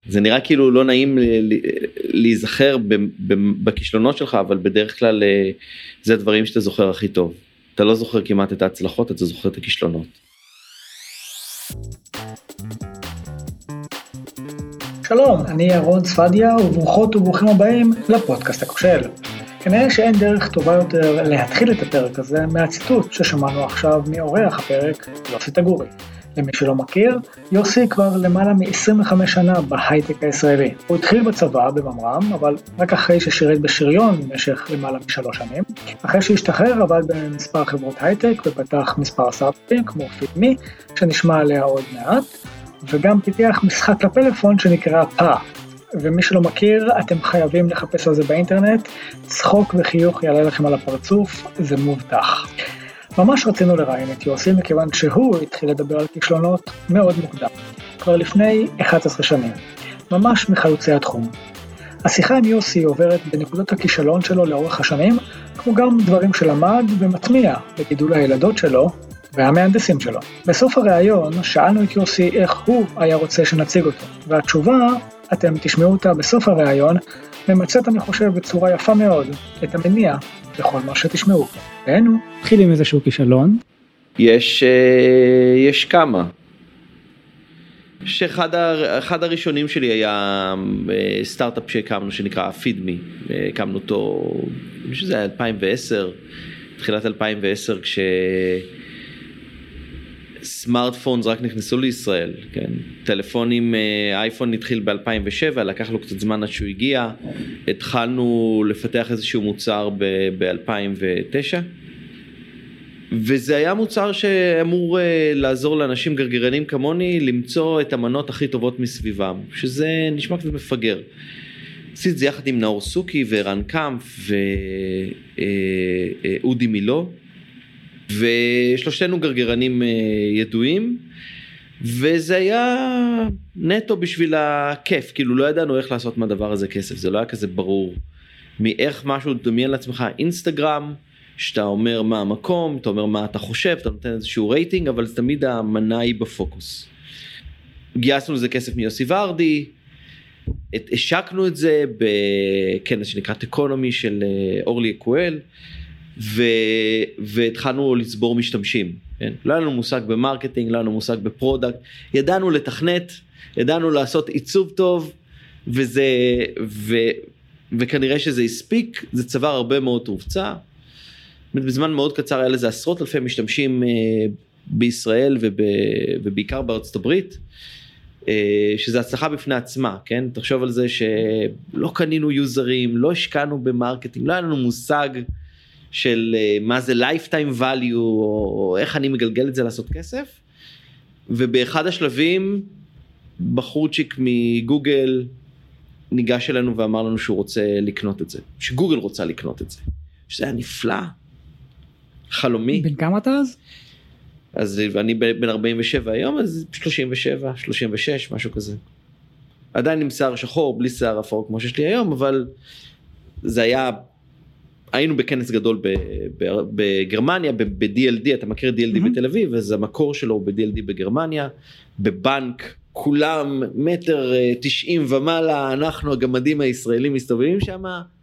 זה נראה כאילו לא נעים להיזכר בכישלונות שלך, אבל בדרך כלל זה הדברים שאתה זוכר הכי טוב. אתה לא זוכר כמעט את ההצלחות, אתה זוכר את הכישלונות. שלום, אני ירון צפדיה, וברוכות וברוכים הבאים לפודקאסט הכושל. כנראה שאין דרך טובה יותר להתחיל את הפרק הזה מהציטוט ששמענו עכשיו מאורח הפרק, יוסי תגורי. למי שלא מכיר, יוסי כבר למעלה מ-25 שנה בהייטק הישראלי. הוא התחיל בצבא בממר"ם, אבל רק אחרי ששירת בשריון במשך למעלה מ3 שנים. אחרי שהשתחרר עבד במספר חברות הייטק ופתח מספר סטארט-אפים כמו פידמי, שנשמע עליה עוד מעט, וגם פיתח משחק לפלאפון שנקרא פא. ומי שלא מכיר, אתם חייבים לחפש על זה באינטרנט, צחוק וחיוך יעלה לכם על הפרצוף, זה מובטח. ממש רצינו לראיין את יוסי מכיוון שהוא התחיל לדבר על כישלונות מאוד מוקדם, כבר לפני 11 שנים, ממש מחלוצי התחום. השיחה עם יוסי עוברת בנקודות הכישלון שלו לאורך השנים, כמו גם דברים שלמד ומטמיע בגידול הילדות שלו והמהנדסים שלו. בסוף הראיון שאלנו את יוסי איך הוא היה רוצה שנציג אותו, והתשובה, אתם תשמעו אותה בסוף הראיון, ממצאת אני חושב בצורה יפה מאוד את המניע לכל מה שתשמעו. ואינו, התחיל עם איזשהו כישלון. יש כמה. אחד הראשונים שלי היה סטארט-אפ שהקמנו שנקרא פידמי. הקמנו אותו, זה היה 2010, תחילת 2010, סמארטפונס רק נכנסו לישראל, כן? טלפונים, אייפון התחיל ב-2007, לקח לו קצת זמן עד שהוא הגיע, התחלנו לפתח איזשהו מוצר ב-2009, וזה היה מוצר שאמור לעזור לאנשים גרגרנים כמוני, למצוא את המנות הכי טובות מסביבם, שזה נשמע קצת מפגר. עשיתי את זה יחד עם נאור סוקי ורן קמפ ואודי מילו, ושלושתנו גרגרנים ידועים, וזה היה נטו בשביל הכיף, כאילו לא ידענו איך לעשות מהדבר הזה כסף, זה לא היה כזה ברור, מאיך משהו דמיין לעצמך, אינסטגרם, שאתה אומר מה המקום, אתה אומר מה אתה חושב, אתה נותן איזשהו רייטינג, אבל תמיד המנה היא בפוקוס. גייסנו לזה כסף מיוסי ורדי, השקנו את זה בכנס שנקרא טקונומי של אורלי אקואל, והתחלנו לצבור משתמשים, כן? לא היה לנו מושג במרקטינג, לא היה לנו מושג בפרודקט, ידענו לתכנת, ידענו לעשות עיצוב טוב, וכנראה שזה הספיק, זה צבר הרבה מאוד תרופצה, בזמן מאוד קצר היה לזה עשרות אלפי משתמשים בישראל ובעיקר בארצות הברית, שזה הצלחה בפני עצמה, כן? תחשוב על זה שלא קנינו יוזרים, לא השקענו במרקטינג, לא היה לנו מושג של מה זה lifetime value, או איך אני מגלגל את זה לעשות כסף, ובאחד השלבים, בחורצ'יק מגוגל ניגש אלינו ואמר לנו שהוא רוצה לקנות את זה, שגוגל רוצה לקנות את זה, שזה היה נפלא, חלומי. בן כמה אתה אז? אז אני בן 47 היום, אז 37, 36, משהו כזה. עדיין עם שיער שחור, בלי שיער אפור כמו שיש לי היום, אבל זה היה, היינו בכנס גדול בגרמניה, ב-DLD, אתה מכיר DLD בתל אביב, אז המקור שלו הוא ב-DLD בגרמניה, בבנק, כולם 1.90 מטר ומעלה, אנחנו הגמדים הישראלים מסתובבים שם,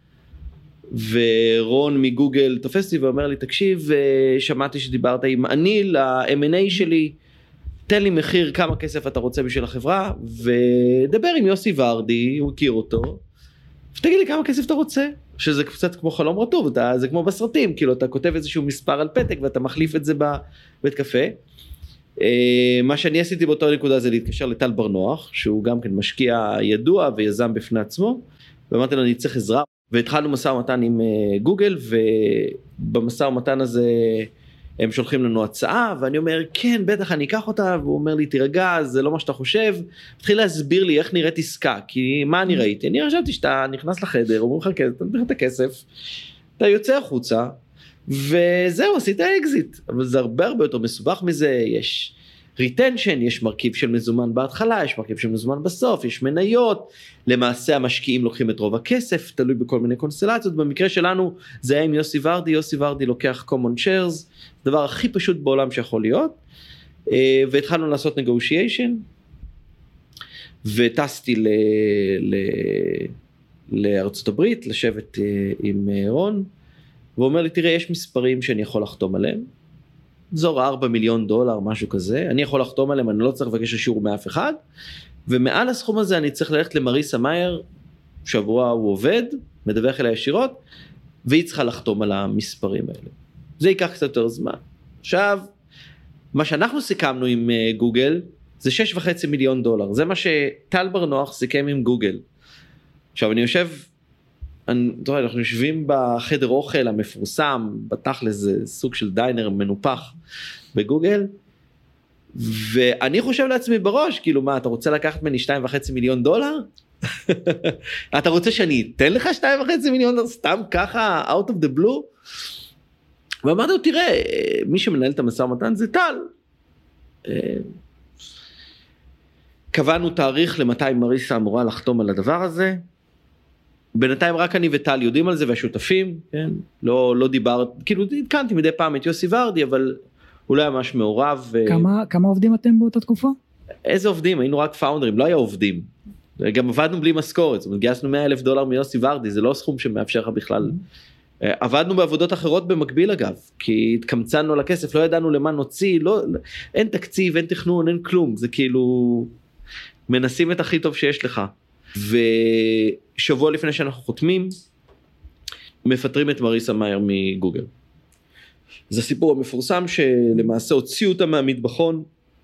ורון מגוגל תופסתי ואומר לי, תקשיב, שמעתי שדיברת עם אני ל-M&A שלי, תן לי מחיר כמה כסף אתה רוצה בשביל החברה, ודבר עם יוסי ורדי, הוא הכיר אותו, ותגיד לי כמה כסף אתה רוצה, שזה קצת כמו חלום רטוב, זה כמו בסרטים, כאילו אתה כותב איזשהו מספר על פתק, ואתה מחליף את זה בבית קפה. מה שאני עשיתי באותו נקודה זה להתקשר לטל ברנוח, שהוא גם כן משקיע ידוע ויזם בפני עצמו, ואמרתי לו אני צריך עזרה, והתחלנו מסע ומתן עם גוגל, ובמסע ומתן הזה הם שולחים לנו הצעה, ואני אומר כן בטח אני אקח אותה, והוא אומר לי תירגע, זה לא מה שאתה חושב, התחיל להסביר לי איך נראית עסקה, כי מה אני ראיתי? אני חשבתי שאתה נכנס לחדר, אומרים לך אתה נותן את הכסף, אתה יוצא החוצה, וזהו עשית אקזיט, אבל זה הרבה יותר מסובך מזה, יש ריטנשן, יש מרכיב של מזומן בהתחלה, יש מרכיב של מזומן בסוף, יש מניות, למעשה המשקיעים לוקחים את רוב הכסף, תלוי בכל מיני קונסטלציות, במקרה שלנו זה היה עם יוסי ורדי, יוסי ורדי לוקח common shares, דבר הכי פשוט בעולם שיכול להיות, והתחלנו לעשות negotiation, וטסתי לארצות הברית, לשבת עם רון, והוא אומר לי, תראה, יש מספרים שאני יכול לחתום עליהם, זור $4 מיליון, משהו כזה, אני יכול לחתום עליהם, אני לא צריך לבקש אישור מאף אחד, ומעל הסכום הזה אני צריך ללכת למריסה מאייר, שבוע הוא עובד, מדווח אליי ישירות, והיא צריכה לחתום על המספרים האלה. זה ייקח קצת יותר זמן. עכשיו, מה שאנחנו סיכמנו עם גוגל, זה $6.5 מיליון. זה מה שטל ברנוח סיכם עם גוגל. עכשיו, אני יושב, אנחנו יושבים בחדר אוכל המפורסם, בתכל'ס זה סוג של דיינר מנופח בגוגל, ואני חושב לעצמי בראש, כאילו מה, אתה רוצה לקחת ממני $2.5 מיליון? אתה רוצה שאני אתן לך $2.5 מיליון סתם ככה, out of the blue? ואמרתי לו, תראה, מי שמנהל את המשא ומתן זה טל. קבענו תאריך למתי מריסה אמורה לחתום על הדבר הזה, בינתיים רק אני וטל יודעים על זה והשותפים, כן? לא דיברת, כאילו התקנתי מדי פעם את יוסי ורדי, אבל הוא לא היה ממש מעורב. כמה עובדים אתם באותה תקופה? איזה עובדים? היינו רק פאונדרים, לא היה עובדים. גם עבדנו בלי משכורת, זאת אומרת, גייסנו $100,000 מיוסי ורדי, זה לא סכום שמאפשר לך בכלל. עבדנו בעבודות אחרות במקביל אגב, כי התקמצנו לכסף, לא ידענו למה נוציא, אין תקציב, אין תכנון, אין כלום, זה כאילו, מנסים את הכי טוב שיש לך. ושבוע לפני שאנחנו חותמים, מפטרים את מריסה מאייר מגוגל. זה סיפור המפורסם שלמעשה הוציאו אותה מהמטבחון,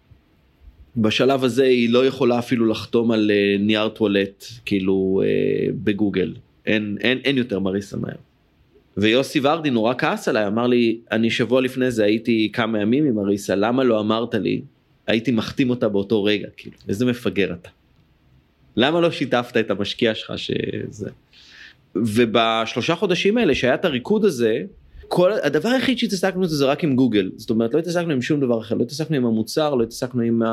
בשלב הזה היא לא יכולה אפילו לחתום על נייר טואלט, כאילו בגוגל, אין יותר מריסה מאייר. ויוסי ורדי נורא כעס עליי, אמר לי, אני שבוע לפני זה הייתי כמה ימים עם מריסה, למה לא אמרת לי, הייתי מחתים אותה באותו רגע, כאילו, איזה מפגר אתה. למה לא שיתפת את המשקיע שלך שזה? ובשלושה חודשים האלה שהיה את הריקוד הזה, הדבר היחיד שהתעסקנו זה רק עם גוגל, זאת אומרת, לא התעסקנו עם שום דבר אחר, לא התעסקנו עם המוצר, לא התעסקנו עם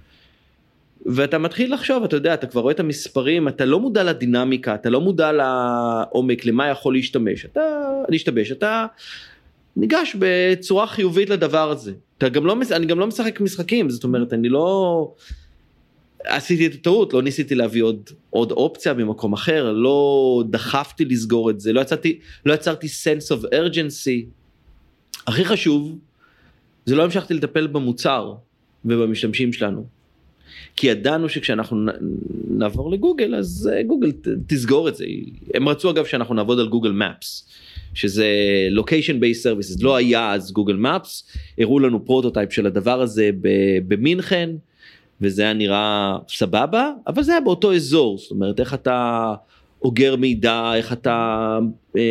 ואתה מתחיל לחשוב, אתה יודע, אתה כבר רואה את המספרים, אתה לא מודע לדינמיקה, אתה לא מודע לעומק, למה יכול להשתמש, אתה ניגש בצורה חיובית לדבר הזה. אני גם לא משחק משחקים, זאת אומרת, אני לא עשיתי את הטעות, לא ניסיתי להביא עוד אופציה במקום אחר, לא דחפתי לסגור את זה, לא יצרתי sense of urgency. הכי חשוב, זה לא המשכתי לטפל במוצר ובמשתמשים שלנו. כי ידענו שכשאנחנו נעבור לגוגל, אז גוגל תסגור את זה. הם רצו אגב שאנחנו נעבוד על גוגל מפס, שזה location based services, לא היה אז גוגל מפס, הראו לנו פרוטוטייפ של הדבר הזה במינכן, וזה היה נראה סבבה, אבל זה היה באותו אזור, זאת אומרת, איך אתה אוגר מידע, איך אתה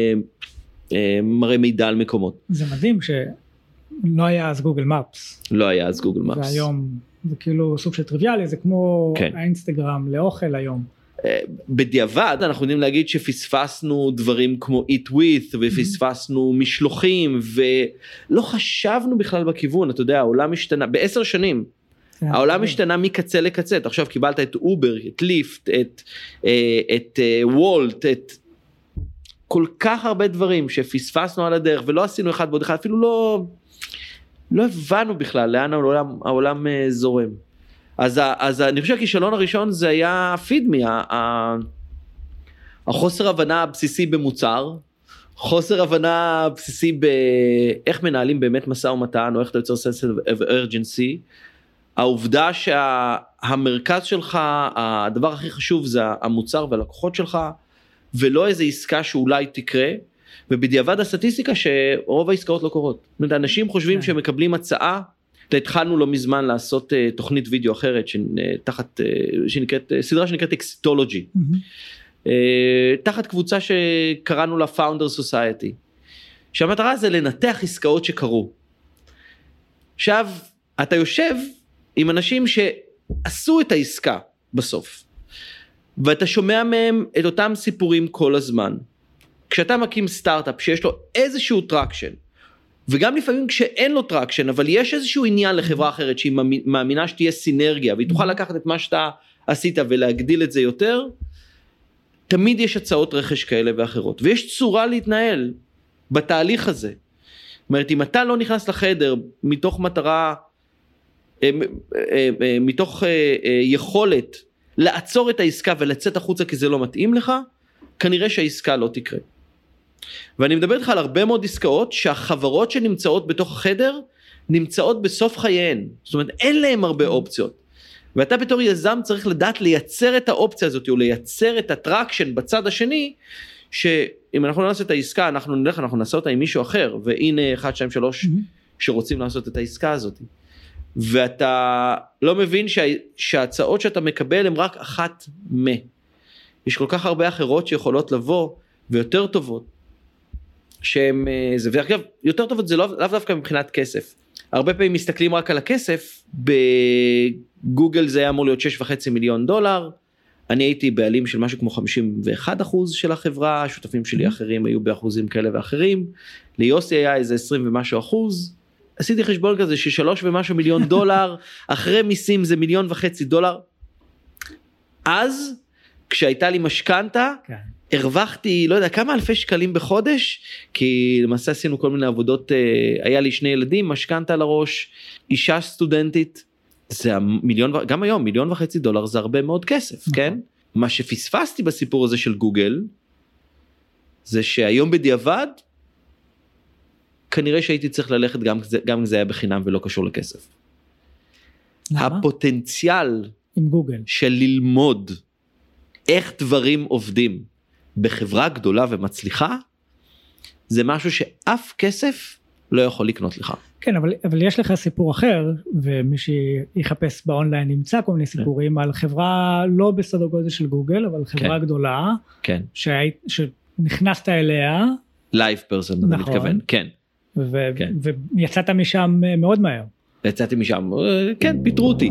מראה מידע על מקומות. זה מדהים שלא היה אז גוגל מפס. לא היה אז גוגל מפס. והיום זה כאילו סוג של טריוויאלי, זה כמו האינסטגרם לאוכל היום. בדיעבד אנחנו יודעים להגיד שפספסנו דברים כמו eat with, ופספסנו משלוחים, ולא חשבנו בכלל בכיוון, אתה יודע, העולם השתנה, ב10 שנים, העולם השתנה מקצה לקצה, עכשיו קיבלת את אובר, את ליפט, את וולט, את כל כך הרבה דברים שפספסנו על הדרך, ולא עשינו אחד בעוד אחד, אפילו לא הבנו בכלל לאן העולם זורם. אז אני חושב שהכישלון הראשון זה היה פידמי, החוסר הבנה הבסיסי במוצר, חוסר הבנה בסיסי באיך מנהלים באמת מסע ומתן, או איך אתה יוצר sense of urgency, העובדה שהמרכז שלך, הדבר הכי חשוב זה המוצר והלקוחות שלך, ולא איזו עסקה שאולי תקרה, ובדיעבד הסטטיסטיקה שרוב העסקאות לא קורות. זאת אומרת, אנשים חושבים שהם מקבלים הצעה, התחלנו לא מזמן לעשות תוכנית וידאו אחרת, סדרה שנקראת אקסיטולוגי, תחת קבוצה שקראנו לה Founder Society, שהמטרה זה לנתח עסקאות שקרו. עכשיו, אתה יושב עם אנשים שעשו את העסקה בסוף, ואתה שומע מהם את אותם סיפורים כל הזמן. כשאתה מקים סטארט-אפ שיש לו איזשהו טרקשן, וגם לפעמים כשאין לו טרקשן, אבל יש איזשהו עניין לחברה אחרת, שהיא מאמינה שתהיה סינרגיה, והיא תוכל לקחת את מה שאתה עשית ולהגדיל את זה יותר, תמיד יש הצעות רכש כאלה ואחרות, ויש צורה להתנהל בתהליך הזה. זאת אומרת, אם אתה לא נכנס לחדר מתוך מטרה, מתוך יכולת לעצור את העסקה ולצאת החוצה כי זה לא מתאים לך, כנראה שהעסקה לא תקרה. ואני מדבר איתך על הרבה מאוד עסקאות שהחברות שנמצאות בתוך החדר נמצאות בסוף חייהן, זאת אומרת אין להם הרבה אופציות, ואתה בתור יזם צריך לדעת לייצר את האופציה הזאת, או לייצר את הטרקשן בצד השני, שאם אנחנו לא נעשה את העסקה, אנחנו נעשה אותה עם מישהו אחר, והנה 1, 2, 3 שרוצים לעשות את העסקה הזאת, ואתה לא מבין שההצעות שאתה מקבל הן רק אחת יש כל כך הרבה אחרות שיכולות לבוא, ויותר טובות, שהן, ואגב, יותר טובות זה לאו דווקא מבחינת כסף, הרבה פעמים מסתכלים רק על הכסף, בגוגל זה היה אמור להיות $6.5 מיליון, אני הייתי בעלים של משהו כמו 51% של החברה, השותפים שלי אחרים היו באחוזים כאלה ואחרים, ליוסי היה איזה 20 ומשהו אחוז, עשיתי חשבון כזה ש$3 ומשהו מיליון, אחרי מיסים זה $1.5 מיליון, אז כשהייתה לי משכנתה, הרווחתי, לא יודע, כמה אלפי שקלים בחודש, כי למעשה עשינו כל מיני עבודות, היה לי 2 ילדים, משכנתה על הראש, אישה סטודנטית, זה מיליון, גם היום, $1.5 מיליון זה הרבה מאוד כסף, כן? מה שפספסתי בסיפור הזה של גוגל, זה שהיום בדיעבד, כנראה שהייתי צריך ללכת גם אם זה היה בחינם ולא קשור לכסף. הפוטנציאל עם גוגל של ללמוד איך דברים עובדים בחברה גדולה ומצליחה, זה משהו שאף כסף לא יכול לקנות לך. כן, אבל יש לך סיפור אחר, ומי שיחפש באונליין נמצא כל מיני סיפורים, על חברה לא בסדר גודל של גוגל, אבל חברה גדולה, שנכנסת אליה. לייב פרסון, אתה מתכוון, כן. ויצאת משם מאוד מהר. יצאתי משם, כן, פיטרו אותי.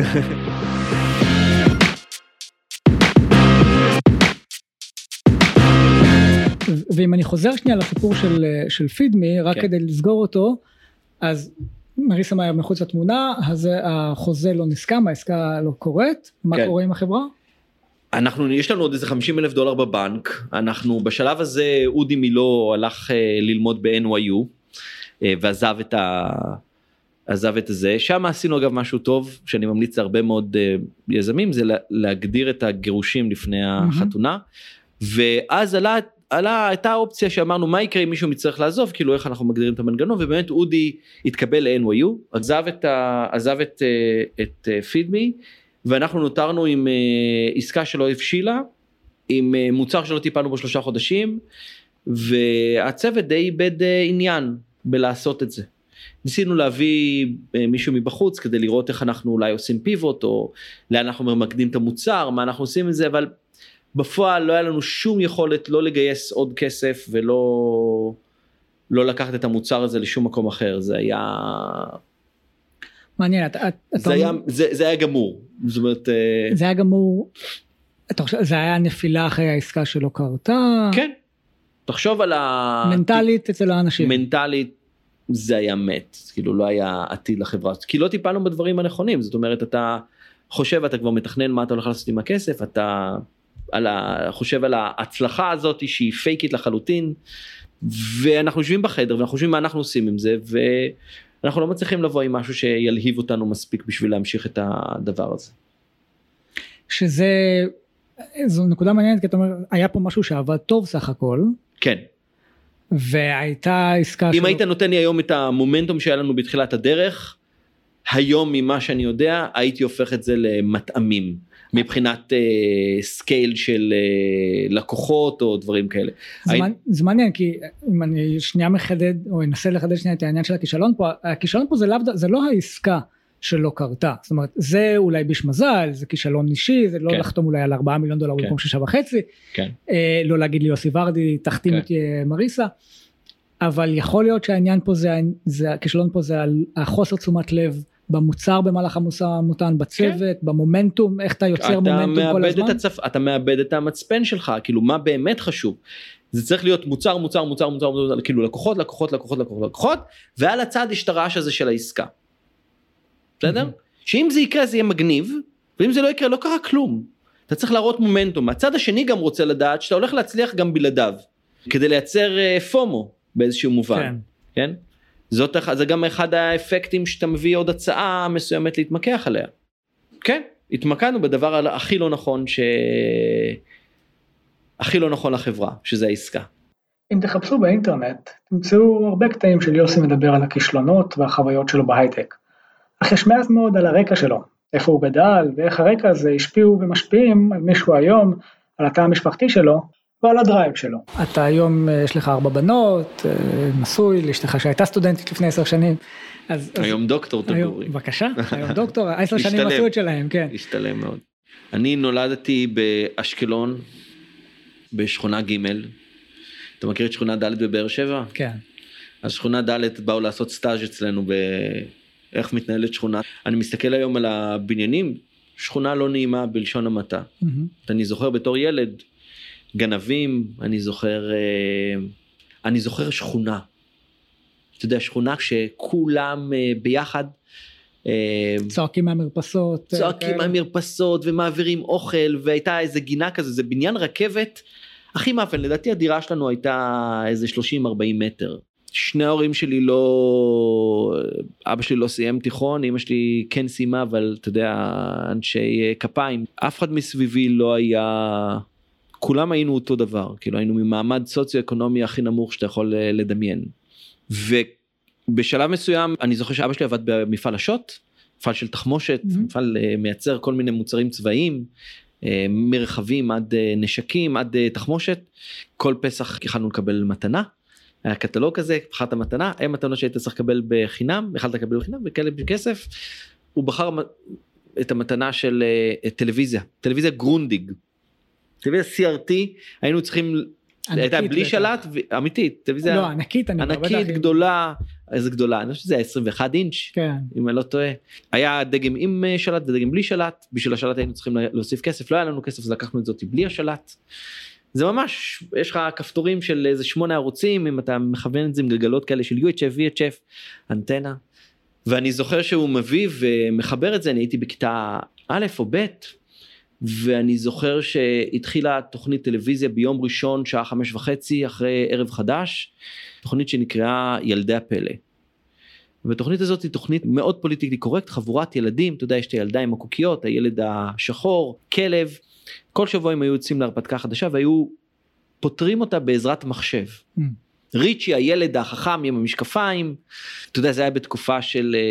ואם אני חוזר שנייה לסיפור של פידמי, רק כדי לסגור אותו, אז מריסה מאיה מחוץ לתמונה, אז החוזה לא נסכם, העסקה לא קורית, מה קורה עם החברה? יש לנו עוד איזה $50,000 בבנק, אנחנו בשלב הזה, אודי מילו הלך ללמוד ב-NYU, ועזב את זה, שם עשינו אגב משהו טוב, שאני ממליץ להרבה מאוד יזמים, זה להגדיר את הגירושים לפני החתונה, ואז הייתה האופציה שאמרנו מה יקרה אם מישהו מצטרך לעזוב, כאילו איך אנחנו מגדירים את המנגנון, ובאמת אודי התקבל ל-NYU, עזב את פידמי, ואנחנו נותרנו עם עסקה שלא הבשילה, עם מוצר שלא טיפלנו בו 3 חודשים, והצוות די איבד עניין בלעשות את זה. ניסינו להביא מישהו מבחוץ, כדי לראות איך אנחנו אולי עושים פיבוט, או לאן אנחנו ממקדים את המוצר, מה אנחנו עושים את זה, אבל בפועל לא היה לנו שום יכולת לא לגייס עוד כסף, ולא לקחת את המוצר הזה לשום מקום אחר, זה היה... מעניין, זה היה גמור, זאת אומרת... זה היה גמור, זה היה נפילה אחרי העסקה שלא קרתה? כן, תחשוב על מנטלית אצל האנשים. מנטלית, זה היה מת, כאילו לא היה עתיד לחברה, כי לא טיפלנו בדברים הנכונים, זאת אומרת, אתה חושב, אתה כבר מתכנן מה אתה הולך לעשות עם הכסף, אתה חושב על ההצלחה הזאת שהיא פייקית לחלוטין, ואנחנו יושבים בחדר, ואנחנו חושבים מה אנחנו עושים עם זה, ואנחנו לא מצליחים לבוא עם משהו שילהיב אותנו מספיק בשביל להמשיך את הדבר הזה. זו נקודה מעניינת, כי אתה אומר, היה פה משהו שעבד טוב סך הכל. כן. והייתה עסקה... אם היית נותן לי היום את המומנטום שהיה לנו בתחילת הדרך, היום ממה שאני יודע, הייתי הופך את זה למטעמים, מבחינת סקייל של לקוחות או דברים כאלה. זה מעניין, כי אם אני שנייה מחדד, או אנסה לחדד שנייה את העניין של הכישלון פה, הכישלון פה זה לא העסקה שלא קרתה, זאת אומרת, זה אולי ביש מזל, זה כישלון אישי, זה לא לחתום אולי על $4 מיליון במקום 6.5, לא להגיד לי יוסי ורדי, תחתים את מריסה, אבל יכול להיות שהעניין פה זה, הכישלון פה זה על החוסר תשומת לב, במוצר במהלך המשא ומתן, בצוות, במומנטום, איך אתה יוצר מומנטום כל הזמן? אתה מאבד את המצפן שלך, כאילו מה באמת חשוב, זה צריך להיות מוצר, כאילו לקוחות, ועל הצד יש את הרעש הזה של העסקה. בסדר? שאם זה יקרה זה יהיה מגניב, ואם זה לא יקרה לא קרה כלום. אתה צריך להראות מומנטום. הצד השני גם רוצה לדעת שאתה הולך להצליח גם בלעדיו, כדי לייצר פומו באיזשהו מובן. כן? זה גם אחד האפקטים שאתה מביא עוד הצעה מסוימת להתמקח עליה. כן? התמקדנו בדבר הכי לא נכון הכי לא נכון לחברה, שזה העסקה. אם תחפשו באינטרנט, תמצאו הרבה קטעים של יוסי מדבר על הכישלונות והחוויות שלו בהייטק. אך יש מעט מאוד על הרקע שלו, איפה הוא גדל ואיך הרקע הזה השפיעו ומשפיעים על מישהו היום, על התא המשפחתי שלו ועל הדרייב שלו. אתה היום יש לך 4 בנות, נשוי, לאשתך שהייתה סטודנטית לפני 10 שנים. היום דוקטור תגורי. בבקשה, היום דוקטור, 10 שנים עשו את שלהם, כן. השתלם מאוד. אני נולדתי באשקלון, בשכונה ג' אתה מכיר את שכונה ד' בבאר שבע? כן. אז שכונה ד' באו לעשות סטאז' אצלנו באיך מתנהלת שכונה. אני מסתכל היום על הבניינים, שכונה לא נעימה בלשון המעטה. אני זוכר בתור ילד, גנבים, אני זוכר שכונה. אתה יודע, שכונה שכולם ביחד, צועקים מהמרפסות. צועקים מהמרפסות ומעבירים אוכל, והייתה איזה גינה כזה, זה בניין רכבת, הכי מאפן, לדעתי הדירה שלנו הייתה איזה 30-40 מטר. שני ההורים שלי אבא שלי לא סיים תיכון, אמא שלי כן סיימה, אבל אתה יודע, אנשי כפיים, אף אחד מסביבי לא היה, כולם היינו אותו דבר, כאילו היינו ממעמד סוציו-אקונומי הכי נמוך שאתה יכול לדמיין. ובשלב מסוים, אני זוכר שאבא שלי עבד במפעל השוט, מפעל של תחמושת, מפעל מייצר כל מיני מוצרים צבאיים, מרחבים עד נשקים, עד תחמושת, כל פסח יכלנו לקבל מתנה, היה קטלוג כזה, בחרת מתנה, היה מתנה שהיית צריך לקבל בחינם, יכלת לקבל בחינם, וכאלה בכסף, הוא בחר את המתנה של טלוויזיה גרונדיג, טלוויזיה CRT, היינו צריכים, הייתה בלי שלט, אמיתית, טלוויזיה לא, ענקית, גדולה, איזה גדולה, אני חושב שזה היה 21 אינץ', אם אני לא טועה, היה דגם עם שלט ודגם בלי שלט, בשביל השלט היינו צריכים להוסיף כסף, לא היה לנו כסף, אז לקחנו את זאת בלי השלט, זה ממש, יש לך כפתורים של איזה 8 ערוצים, אם אתה מכוון את זה עם גלגלות כאלה של UHF, VHF, אנטנה, ואני זוכר שהוא מביא ומחבר את זה, אני הייתי בכיתה א' או ב', ואני זוכר שהתחילה תוכנית טלוויזיה ביום ראשון, שעה 5:30, אחרי ערב חדש, תוכנית שנקראה ילדי הפלא. והתוכנית הזאת היא תוכנית מאוד פוליטיקלי קורקט, חבורת ילדים, אתה יודע, יש את הילדה עם הקוקיות, הילד השחור, כלב, כל שבוע הם היו יוצאים להרפתקה חדשה, והיו פותרים אותה בעזרת מחשב. ריצ'י, הילד החכם עם המשקפיים, אתה יודע, זה היה בתקופה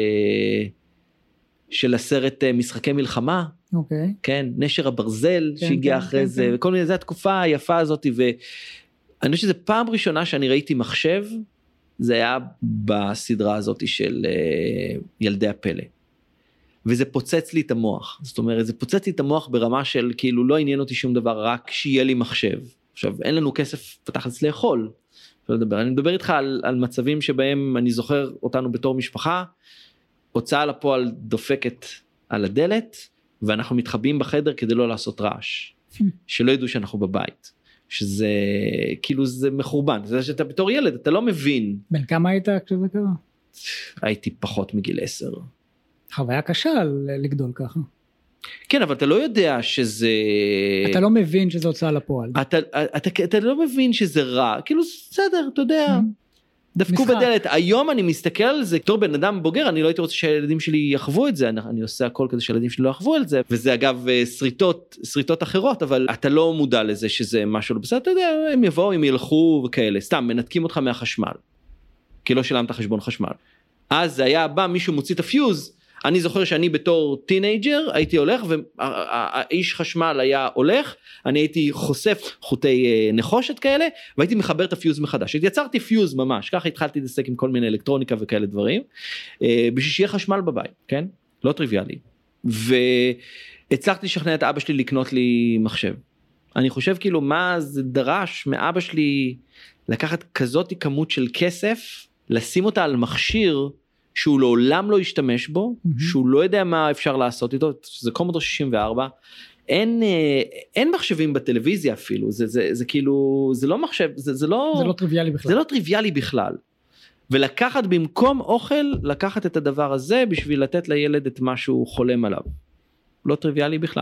של הסרט משחקי מלחמה, כן, נשר הברזל שהגיע אחרי זה, וכל מיני, זה התקופה היפה הזאת, ואני חושב שזה פעם ראשונה שאני ראיתי מחשב, זה היה בסדרה הזאת של ילדי הפלא, וזה פוצץ לי את המוח, זאת אומרת, זה פוצץ לי את המוח ברמה של, כאילו לא עניין אותי שום דבר, רק שיהיה לי מחשב, עכשיו אין לנו כסף פתחת לאכול, אני מדבר איתך על מצבים שבהם אני זוכר אותנו בתור משפחה, הוצאה לפועל דופקת על הדלת, ואנחנו מתחבאים בחדר כדי לא לעשות רעש, שלא ידעו שאנחנו בבית, שזה כאילו זה מחורבן, זה שאתה בתור ילד, אתה לא מבין. בן כמה היית כשזה קרה? הייתי פחות מגיל 10. חוויה קשה לגדול ככה. כן, אבל אתה לא יודע שזה... אתה לא מבין שזה הוצאה לפועל. אתה לא מבין שזה רע, כאילו בסדר, אתה יודע... דפקו בדלת, היום אני מסתכל על זה, בתור בן אדם בוגר, אני לא הייתי רוצה שהילדים שלי יחוו את זה, אני עושה הכל כדי שהילדים שלי לא יחוו את זה, וזה אגב שריטות אחרות, אבל אתה לא מודע לזה שזה משהו לא בסדר, אתה יודע, הם יבואו, הם ילכו וכאלה, סתם, מנתקים אותך מהחשמל, כי לא שילמת חשבון חשמל. אז זה היה בא, מישהו מוציא את הפיוז, אני זוכר שאני בתור טינאג'ר הייתי הולך, והאיש חשמל היה הולך, אני הייתי חושף חוטי נחושת כאלה, והייתי מחבר את הפיוז מחדש, יצרתי פיוז ממש, ככה התחלתי להתעסק עם כל מיני אלקטרוניקה וכאלה דברים, בשביל שיהיה חשמל בבית, כן? לא טריוויאלי, והצלחתי לשכנע את אבא שלי לקנות לי מחשב, אני חושב כאילו מה זה דרש מאבא שלי, לקחת כזאת כמות של כסף, לשים אותה על מכשיר, שהוא לעולם לא ישתמש בו, שהוא לא יודע מה אפשר לעשות איתו, זה קומודור 64, אין מחשבים בטלוויזיה אפילו, זה כאילו, זה לא מחשב, זה לא טריוויאלי בכלל. זה לא טריוויאלי בכלל. ולקחת במקום אוכל, לקחת את הדבר הזה, בשביל לתת לילד את מה שהוא חולם עליו. לא טריוויאלי בכלל.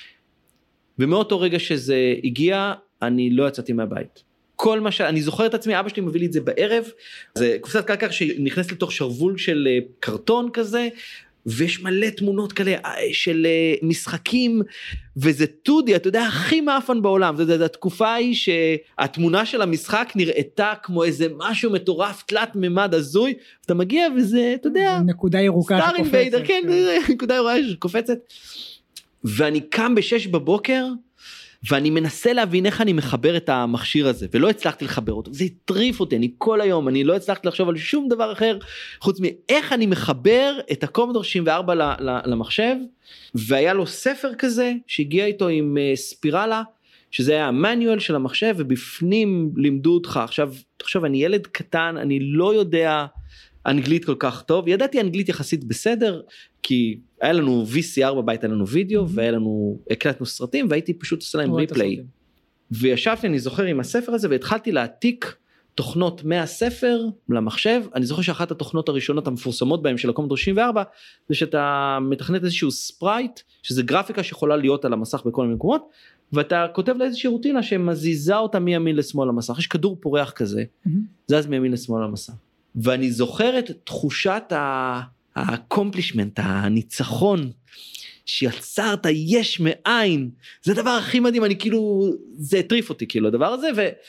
ומאותו רגע שזה הגיע, אני לא יצאתי מהבית. כל מה אני זוכר את עצמי, אבא שלי מביא לי את זה בערב, זה קופסת קרקר שנכנס לתוך שרוול של קרטון כזה, ויש מלא תמונות כאלה של משחקים, וזה טודי, אתה יודע, הכי מאפן בעולם, זו התקופה היא שהתמונה של המשחק נראתה כמו איזה משהו מטורף, תלת ממד הזוי, אתה מגיע וזה, אתה יודע, נקודה ירוקה שקופצת. כן, נקודה ירוקה שקופצת, ואני קם ב-6 בבוקר, ואני מנסה להבין איך אני מחבר את המכשיר הזה, ולא הצלחתי לחבר אותו, זה הטריף אותי, אני כל היום, אני לא הצלחתי לחשוב על שום דבר אחר, חוץ מאיך אני מחבר את הקומודור 64 למחשב, והיה לו ספר כזה, שהגיע איתו עם ספירלה, שזה היה המנואל של המחשב, ובפנים לימדו אותך, עכשיו אני ילד קטן, אני לא יודע אנגלית כל כך טוב, ידעתי אנגלית יחסית בסדר, כי היה לנו VCR בבית, היה לנו וידאו, הקלטנו סרטים, והייתי פשוט עושה להם ריפליי. וישבתי, אני זוכר עם הספר הזה, והתחלתי להעתיק תוכנות מהספר למחשב. אני זוכר שאחת התוכנות הראשונות המפורסמות בהם של הקומודור 64, זה שאתה מתכנת איזשהו ספרייט, שזה גרפיקה שיכולה להיות על המסך בכל מיני מקומות, ואתה כותב לה איזושהי רוטינה שמזיזה אותה מימין לשמאל למסך. יש כדור פורח כזה, זז מימין לשמאל למסך. ואני זוכר את תחושת האקומפלישמנט, הניצחון, שיצרת יש מאין, זה הדבר הכי מדהים, אני כאילו, זה הטריף אותי כאילו הדבר הזה,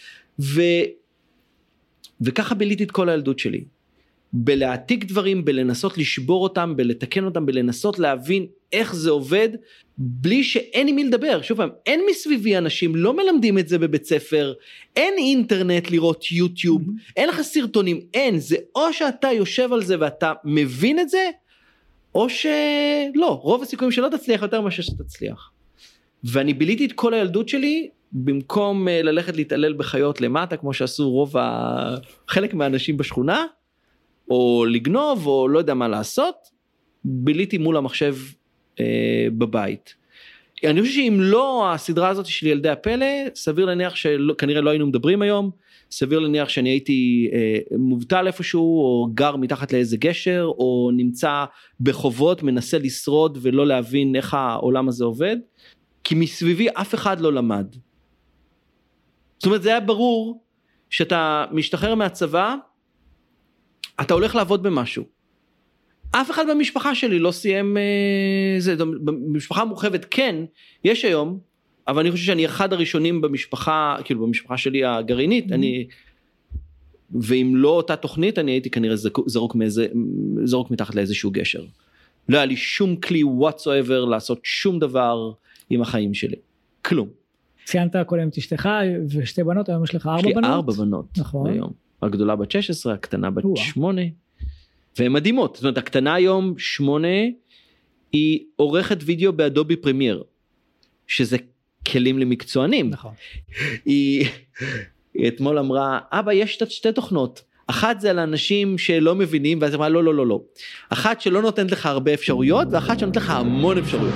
וככה ביליתי את כל הילדות שלי, בלהעתיק דברים, בלנסות לשבור אותם, בלתקן אותם, בלנסות להבין איך זה עובד, בלי שאין עם מי לדבר. שוב פעם, אין מסביבי אנשים, לא מלמדים את זה בבית ספר, אין אינטרנט לראות יוטיוב, אין לך סרטונים, אין, זה או שאתה יושב על זה ואתה מבין את זה, או שלא, רוב הסיכויים שלא תצליח יותר מה שתצליח. ואני ביליתי את כל הילדות שלי, במקום ללכת להתעלל בחיות למטה, כמו שעשו חלק מהאנשים בשכונה, או לגנוב, או לא יודע מה לעשות, ביליתי מול המחשב בבית. אני חושב שאם לא הסדרה הזאת של ילדי הפלא, סביר להניח שכנראה לא היינו מדברים היום, סביר להניח שאני הייתי מובטל איפשהו, או גר מתחת לאיזה גשר, או נמצא בחובות, מנסה לשרוד ולא להבין איך העולם הזה עובד, כי מסביבי אף אחד לא למד. זאת אומרת, זה היה ברור שאתה משתחרר מהצבא, אתה הולך לעבוד במשהו. אף אחד במשפחה שלי לא סיים, במשפחה מורחבת כן, יש היום, אבל אני חושב שאני אחד הראשונים במשפחה, כאילו במשפחה שלי הגרעינית, ואם לא אותה תוכנית, אני הייתי כנראה זרוק מתחת לאיזשהו גשר. לא היה לי שום כלי whatsoever לעשות שום דבר עם החיים שלי. כלום. ציינת קודם את אשתך ושתי בנות, היום יש לך 4 בנות? יש לי 4 בנות. נכון. היום. הגדולה בת 16, הקטנה בת 8. והן מדהימות. זאת אומרת, הקטנה היום 8, היא עורכת וידאו באדובי פרמייר, שזה כלים למקצוענים. נכון. היא אתמול אמרה, אבא, יש 2 תוכנות. אחת זה על אנשים שלא מבינים, ואז אמרה, לא, לא, לא, לא. אחת שלא נותנת לך הרבה אפשרויות, ואחת שנותנת לך המון אפשרויות.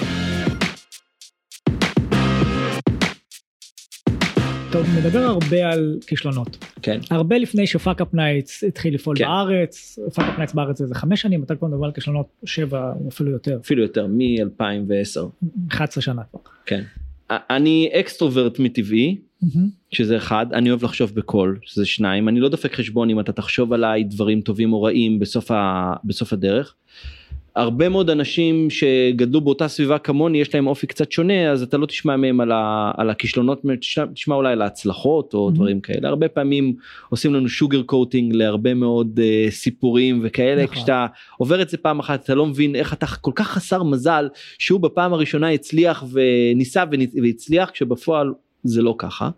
טוב, מדבר הרבה על כישלונות. כן. הרבה לפני שפאק-אפ נייטס התחיל לפעול בארץ, פאק-אפ נייטס בארץ זה 5 שנים, אתה כבר מדבר על כישלונות 7, אפילו יותר. אפילו יותר, מ-2010. 11 שנה כבר. כן. אני אקסטרוברט מטבעי, שזה 1, אני אוהב לחשוב בקול, שזה 2, אני לא דופק חשבון אם אתה תחשוב עליי דברים טובים או רעים בסוף הדרך. הרבה מאוד אנשים שגדלו באותה סביבה כמוני, יש להם אופי קצת שונה, אז אתה לא תשמע מהם על הכישלונות, תשמע אולי על ההצלחות או דברים כאלה. הרבה פעמים עושים לנו שוגר קוטינג להרבה מאוד סיפורים וכאלה, כשאתה עובר את זה פעם אחת, אתה לא מבין איך אתה כל כך חסר מזל, שהוא בפעם הראשונה הצליח וניסה והצליח, כשבפועל זה לא ככה.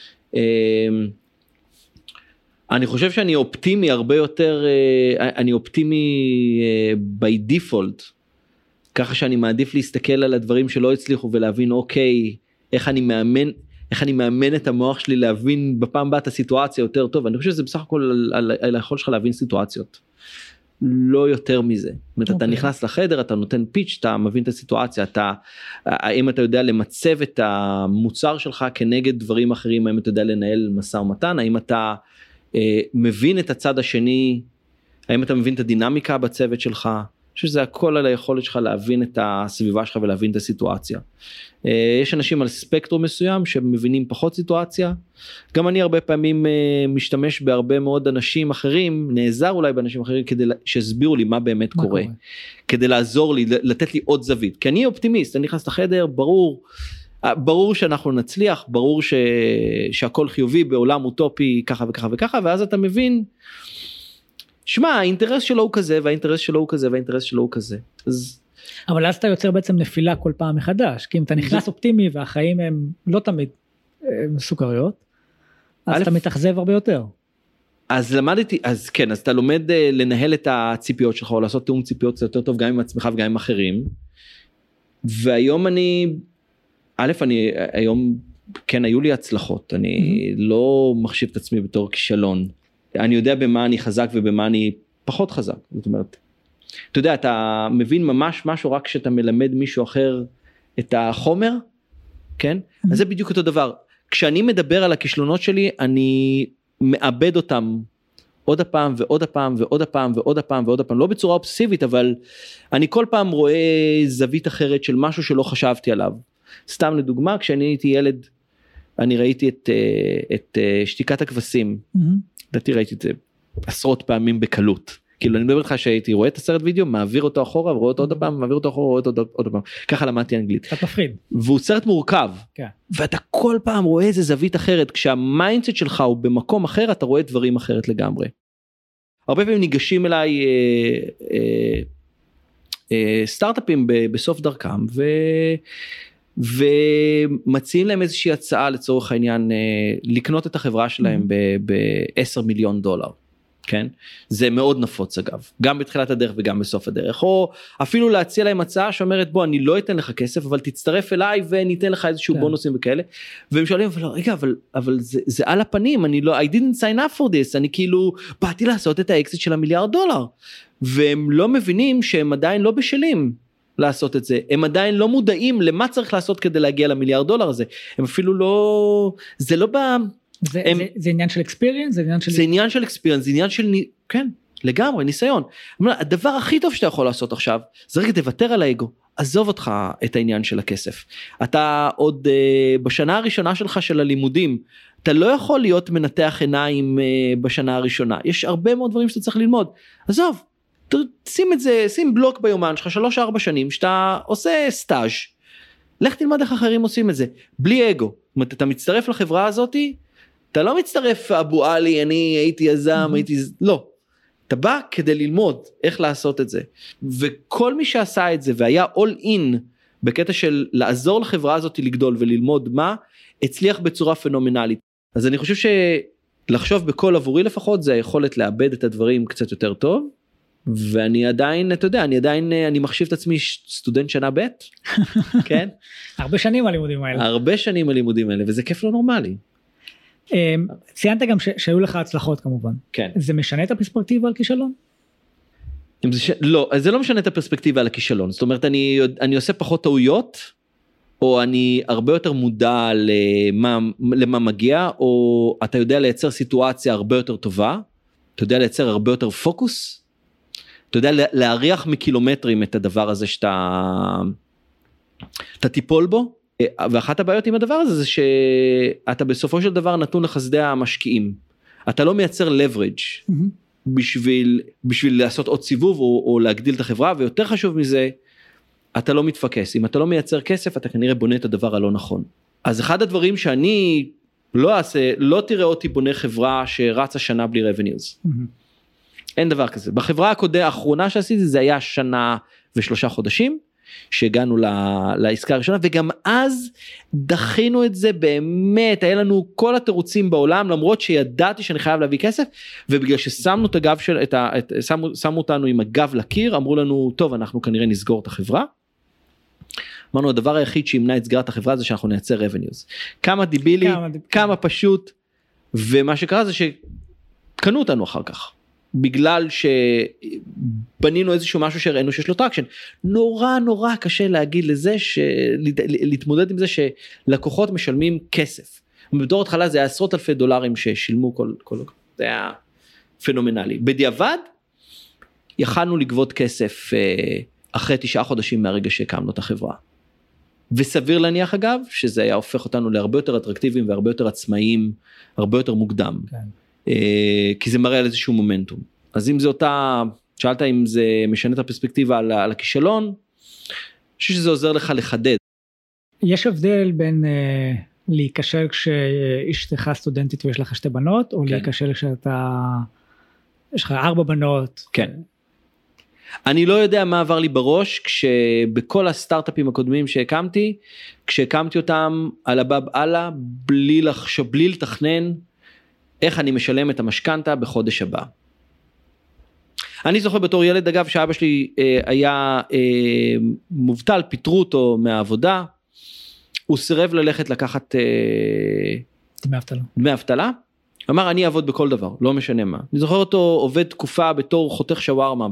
אני חושב שאני אופטימי הרבה יותר, אני אופטימי by default, ככה שאני מעדיף להסתכל על הדברים שלא הצליחו ולהבין, אוקיי, איך אני מאמן את המוח שלי להבין בפעם הבאה את הסיטואציה יותר טוב. אני חושב שזה בסך הכל על היכול שלך להבין סיטואציות, לא יותר מזה. זאת אומרת, אתה נכנס לחדר, אתה נותן פיץ', אתה מבין את הסיטואציה, האם אתה יודע למצב את המוצר שלך כנגד דברים אחרים, האם אתה יודע לנהל משא ומתן, האם אתה מבין את הצד השני, האם אתה מבין את הדינמיקה בצוות שלך, אני חושב שזה הכל על היכולת שלך להבין את הסביבה שלך ולהבין את הסיטואציה. יש אנשים על ספקטרום מסוים שמבינים פחות סיטואציה, גם אני הרבה פעמים משתמש בהרבה מאוד אנשים אחרים, נעזר אולי באנשים אחרים כדי שיסבירו לי מה באמת קורה, כדי לעזור לי, לתת לי עוד זווית, כי אני אופטימיסט, אני נכנס לחדר, ברור שאנחנו נצליח, ברור שהכל חיובי בעולם אוטופי ככה וככה וככה, ואז אתה מבין, שמע, האינטרס שלו הוא כזה, והאינטרס שלו הוא כזה, והאינטרס שלו הוא כזה. אבל אז אתה יוצר בעצם נפילה כל פעם מחדש, כי אם אתה נכנס אופטימי, והחיים הם לא תמיד סוכריות, אז אתה מתאכזב הרבה יותר. אז למדתי, אז כן, אז אתה לומד לנהל את הציפיות שלך, או לעשות תאום ציפיות קצת יותר טוב, גם עם עצמך וגם עם אחרים, והיום אני היום, כן, היו לי הצלחות, אני לא מחשיב את עצמי בתור כישלון, אני יודע במה אני חזק ובמה אני פחות חזק, זאת אומרת, אתה יודע, אתה מבין ממש משהו רק כשאתה מלמד מישהו אחר את החומר, כן? אז זה בדיוק אותו דבר, כשאני מדבר על הכישלונות שלי, אני מאבד אותם עוד הפעם ועוד הפעם ועוד הפעם ועוד הפעם ועוד הפעם, לא בצורה אובססיבית, אבל אני כל פעם רואה זווית אחרת של משהו שלא חשבתי עליו, סתם לדוגמה, כשאני הייתי ילד, אני ראיתי את שתיקת הכבשים, דעתי ראיתי את זה עשרות פעמים בקלות, כאילו אני מדבר איתך שהייתי רואה את הסרט וידאו, מעביר אותו אחורה, ורואה אותו עוד פעם, מעביר אותו אחורה, רואה אותו עוד פעם, ככה למדתי אנגלית. קצת מפחיד. והוא סרט מורכב, כן. ואתה כל פעם רואה איזה זווית אחרת, כשהמיינדסט שלך הוא במקום אחר, אתה רואה דברים אחרת לגמרי. הרבה פעמים ניגשים אליי סטארט-אפים בסוף דרכם, ומציעים להם איזושהי הצעה לצורך העניין, לקנות את החברה שלהם ב$10 מיליון, כן? זה מאוד נפוץ אגב, גם בתחילת הדרך וגם בסוף הדרך, או אפילו להציע להם הצעה שאומרת, בוא, אני לא אתן לך כסף, אבל תצטרף אליי וניתן לך איזשהו בונוסים וכאלה, והם שואלים, רגע, אבל זה על הפנים, אני לא, I didn't sign up for this, אני כאילו, באתי לעשות את האקזיט של $1 מיליארד, והם לא מבינים שהם עדיין לא בשלים לעשות את זה, הם עדיין לא מודעים למה צריך לעשות כדי להגיע $1 מיליארד הזה, הם אפילו לא, זה לא זה עניין של experience, זה עניין של experience, זה עניין של, כן, לגמרי, ניסיון. הדבר הכי טוב שאתה יכול לעשות עכשיו, זה רגע תוותר על האגו, עזוב אותך את העניין של הכסף. אתה עוד בשנה הראשונה שלך של הלימודים, אתה לא יכול להיות מנתח עיניים בשנה הראשונה, יש הרבה מאוד דברים שאתה צריך ללמוד, עזוב, שים את זה, שים בלוק ביומן שלך 3-4 שנים, שאתה עושה סטאז', לך תלמד איך אחרים עושים את זה, בלי אגו. זאת אומרת, אתה מצטרף לחברה הזאת, אתה לא מצטרף אבו עלי, אני הייתי יזם, לא. אתה בא כדי ללמוד איך לעשות את זה. וכל מי שעשה את זה, והיה all in, בקטע של לעזור לחברה הזאת לגדול וללמוד מה, הצליח בצורה פנומנלית. אז אני חושב שלחשוב בכל עבורי לפחות, זה היכולת לאבד את הדברים קצת יותר טוב, ואני עדיין, אתה יודע, אני מחשיב את עצמי סטודנט שנה ב', כן? הרבה שנים הלימודים האלה. הרבה שנים הלימודים האלה, וזה כיף לא נורמלי. ציינת גם שהיו לך הצלחות כמובן. כן. זה משנה את הפרספקטיבה על כישלון? לא, זה לא משנה את הפרספקטיבה על הכישלון, זאת אומרת, אני עושה פחות טעויות, או אני הרבה יותר מודע למה מגיע, או אתה יודע לייצר סיטואציה הרבה יותר טובה, אתה יודע לייצר הרבה יותר פוקוס, אתה יודע להריח מקילומטרים את הדבר הזה שאתה תיפול בו, ואחת הבעיות עם הדבר הזה זה שאתה בסופו של דבר נתון לחסדי המשקיעים, אתה לא מייצר leverage בשביל לעשות עוד סיבוב או להגדיל את החברה, ויותר חשוב מזה, אתה לא מתפקס, אם אתה לא מייצר כסף אתה כנראה בונה את הדבר הלא נכון. אז אחד הדברים שאני לא אעשה, לא תראה אותי בונה חברה שרצה שנה בלי revenues, אין דבר כזה. בחברה האחרונה שעשיתי זה היה 1 שנה ו3 חודשים, שהגענו לעסקה הראשונה, וגם אז דחינו את זה באמת, היה לנו כל התירוצים בעולם, למרות שידעתי שאני חייב להביא כסף, ובגלל ששמנו את הגב שמו אותנו עם הגב לקיר, אמרו לנו, טוב, אנחנו כנראה נסגור את החברה, אמרנו, הדבר היחיד שימנע את סגירת החברה זה שאנחנו נייצר revenues. כמה דיבילי, כמה פשוט, ומה שקרה זה שקנו אותנו אחר כך. בגלל שבנינו איזשהו משהו שראינו שיש לו טרקשן, נורא קשה להגיד לזה, להתמודד עם זה שלקוחות משלמים כסף, ובתור התחלה זה היה עשרות אלפי דולרים ששילמו כל זה היה פנומנלי, בדיעבד, יכלנו לגבות כסף אחרי 9 חודשים מהרגע שהקמנו את החברה. וסביר להניח אגב, שזה היה הופך אותנו להרבה יותר אטרקטיביים והרבה יותר עצמאיים, הרבה יותר מוקדם. כן. כי זה מראה על איזשהו מומנטום. אז אם זה אותה, שאלת אם זה משנה את הפרספקטיבה על הכישלון, אני חושב שזה עוזר לך לחדד. יש הבדל בין להיכשל כשאשתך סטודנטית ויש לך 2 בנות, או כן. להיכשל כשאתה, יש לך 4 בנות. כן. אני לא יודע מה עבר לי בראש, כשבכל הסטארט-אפים הקודמים שהקמתי, כשהקמתי אותם על הבאב אללה, בלי לתכנן, איך אני משלם את המשכנתה בחודש הבא. אני זוכר בתור ילד, אגב, שאבא שלי היה מובטל, פיטרו אותו מהעבודה, הוא סירב ללכת לקחת דמי אבטלה, אמר אני אעבוד בכל דבר, לא משנה מה. אני זוכר אותו עובד תקופה בתור חותך שווארמה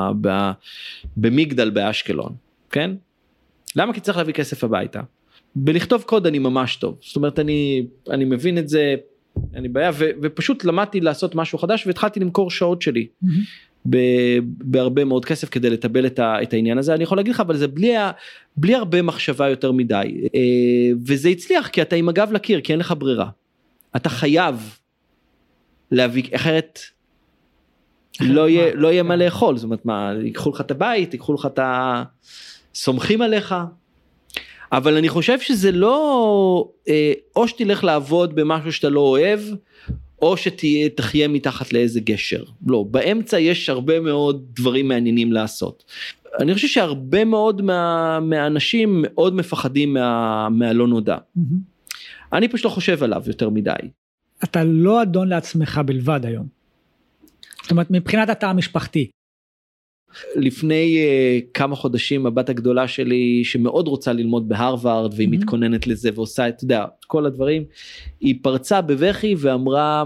במגדל באשקלון, כן? למה? כי צריך להביא כסף הביתה. בלכתוב קוד אני ממש טוב, זאת אומרת אני מבין את זה, אני בעיה, ופשוט למדתי לעשות משהו חדש, והתחלתי למכור שעות שלי, בהרבה מאוד כסף כדי לטבל את העניין הזה. אני יכול להגיד לך, אבל זה בלי הרבה מחשבה יותר מדי, וזה הצליח, כי אתה עם הגב לקיר, כי אין לך ברירה. אתה חייב להביא, אחרת לא יהיה מה לאכול, זאת אומרת מה, ייקחו לך את הבית, ייקחו לך את סומכים עליך, אבל אני חושב שזה לא, או שתלך לעבוד במשהו שאתה לא אוהב, או שתחיה מתחת לאיזה גשר, לא, באמצע יש הרבה מאוד דברים מעניינים לעשות. אני חושב שהרבה מאוד מהאנשים מאוד מפחדים מהלא נודע. אני פשוט לא חושב עליו יותר מדי. אתה לא אדון לעצמך בלבד היום. זאת אומרת, מבחינת התא המשפחתי. לפני כמה חודשים, הבת הגדולה שלי, שמאוד רוצה ללמוד בהרווארד, והיא מתכוננת לזה, ועושה את כל הדברים, היא פרצה בבכי ואמרה,